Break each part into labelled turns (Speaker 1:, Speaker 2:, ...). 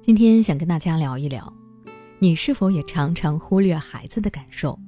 Speaker 1: 今天想跟大家聊一聊，你是否也常常忽略孩子的感受？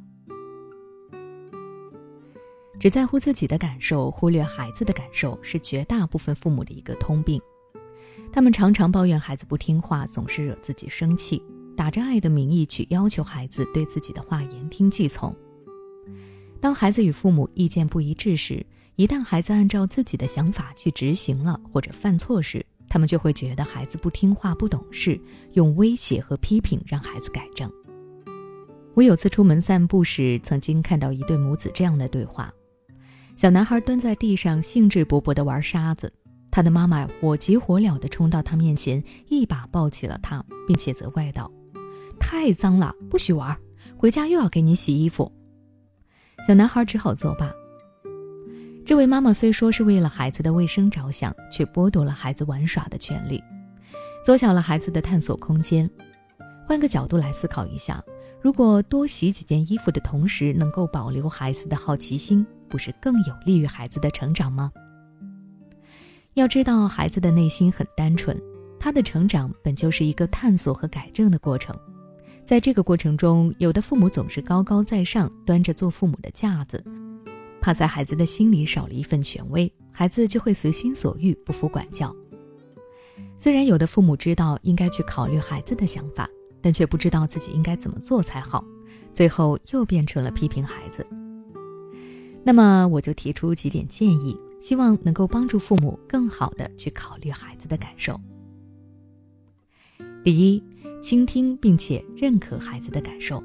Speaker 1: 只在乎自己的感受，忽略孩子的感受，是绝大部分父母的一个通病。他们常常抱怨孩子不听话，总是惹自己生气，打着爱的名义去要求孩子对自己的话言听计从。当孩子与父母意见不一致时，一旦孩子按照自己的想法去执行了，或者犯错时，他们就会觉得孩子不听话、不懂事，用威胁和批评让孩子改正。我有次出门散步时，曾经看到一对母子这样的对话。小男孩蹲在地上兴致勃勃地玩沙子，他的妈妈火急火燎地冲到他面前，一把抱起了他，并且责怪道：太脏了，不许玩，回家又要给你洗衣服。小男孩只好作罢。这位妈妈虽说是为了孩子的卫生着想，却剥夺了孩子玩耍的权利，缩小了孩子的探索空间。换个角度来思考一下，如果多洗几件衣服的同时能够保留孩子的好奇心，不是更有利于孩子的成长吗？要知道，孩子的内心很单纯，他的成长本就是一个探索和改正的过程。在这个过程中，有的父母总是高高在上，端着做父母的架子，怕在孩子的心里少了一份权威，孩子就会随心所欲，不服管教。虽然有的父母知道应该去考虑孩子的想法，但却不知道自己应该怎么做才好，最后又变成了批评孩子。那么我就提出几点建议，希望能够帮助父母更好地去考虑孩子的感受。第一，倾听并且认可孩子的感受。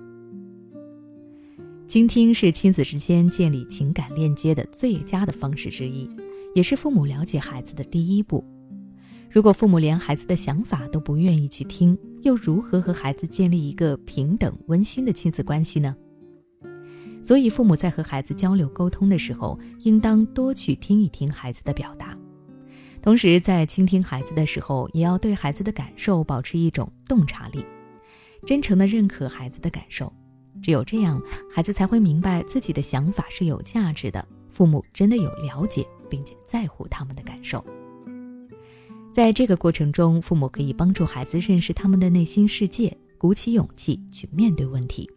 Speaker 1: 倾听是亲子之间建立情感链接的最佳的方式之一，也是父母了解孩子的第一步。如果父母连孩子的想法都不愿意去听，又如何和孩子建立一个平等温馨的亲子关系呢？所以父母在和孩子交流沟通的时候，应当多去听一听孩子的表达，同时在倾听孩子的时候，也要对孩子的感受保持一种洞察力，真诚地认可孩子的感受。只有这样，孩子才会明白自己的想法是有价值的，父母真的有了解并且在乎他们的感受。在这个过程中，父母可以帮助孩子认识他们的内心世界，鼓起勇气去面对问题。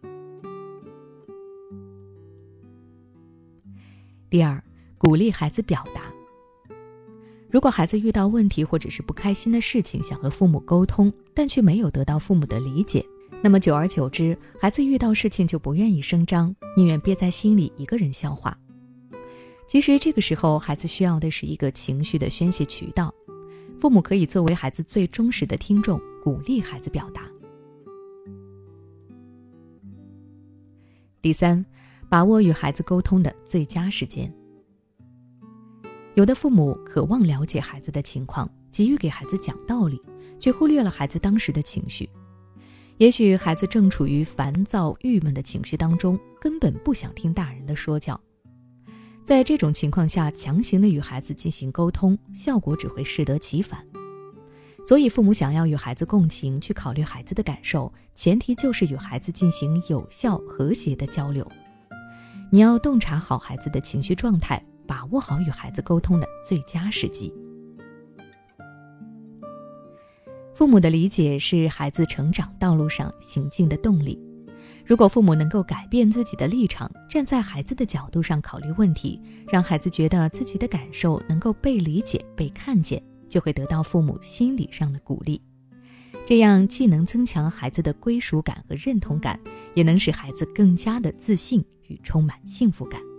Speaker 1: 第二，鼓励孩子表达。如果孩子遇到问题或者是不开心的事情，想和父母沟通，但却没有得到父母的理解，那么久而久之，孩子遇到事情就不愿意声张，宁愿憋在心里一个人消化。其实这个时候，孩子需要的是一个情绪的宣泄渠道，父母可以作为孩子最忠实的听众，鼓励孩子表达。第三，把握与孩子沟通的最佳时间。有的父母渴望了解孩子的情况，急于给孩子讲道理，却忽略了孩子当时的情绪。也许孩子正处于烦躁、郁闷的情绪当中，根本不想听大人的说教。在这种情况下，强行的与孩子进行沟通，效果只会适得其反。所以父母想要与孩子共情，去考虑孩子的感受，前提就是与孩子进行有效、和谐的交流。你要洞察好孩子的情绪状态，把握好与孩子沟通的最佳时机。父母的理解是孩子成长道路上行进的动力。如果父母能够改变自己的立场，站在孩子的角度上考虑问题，让孩子觉得自己的感受能够被理解、被看见，就会得到父母心理上的鼓励。这样既能增强孩子的归属感和认同感，也能使孩子更加的自信与充满幸福感。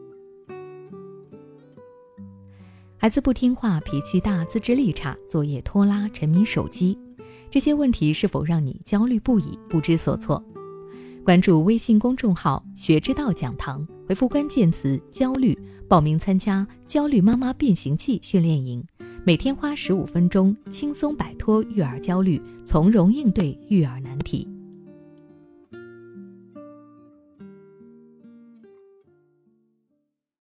Speaker 1: 孩子不听话、脾气大、自制力差、作业拖拉、沉迷手机，这些问题是否让你焦虑不已、不知所措？关注微信公众号学之道讲堂，回复关键词焦虑，报名参加焦虑妈妈变形记训练营，每天花15分钟，轻松摆脱育儿焦虑，从容应对育儿难题。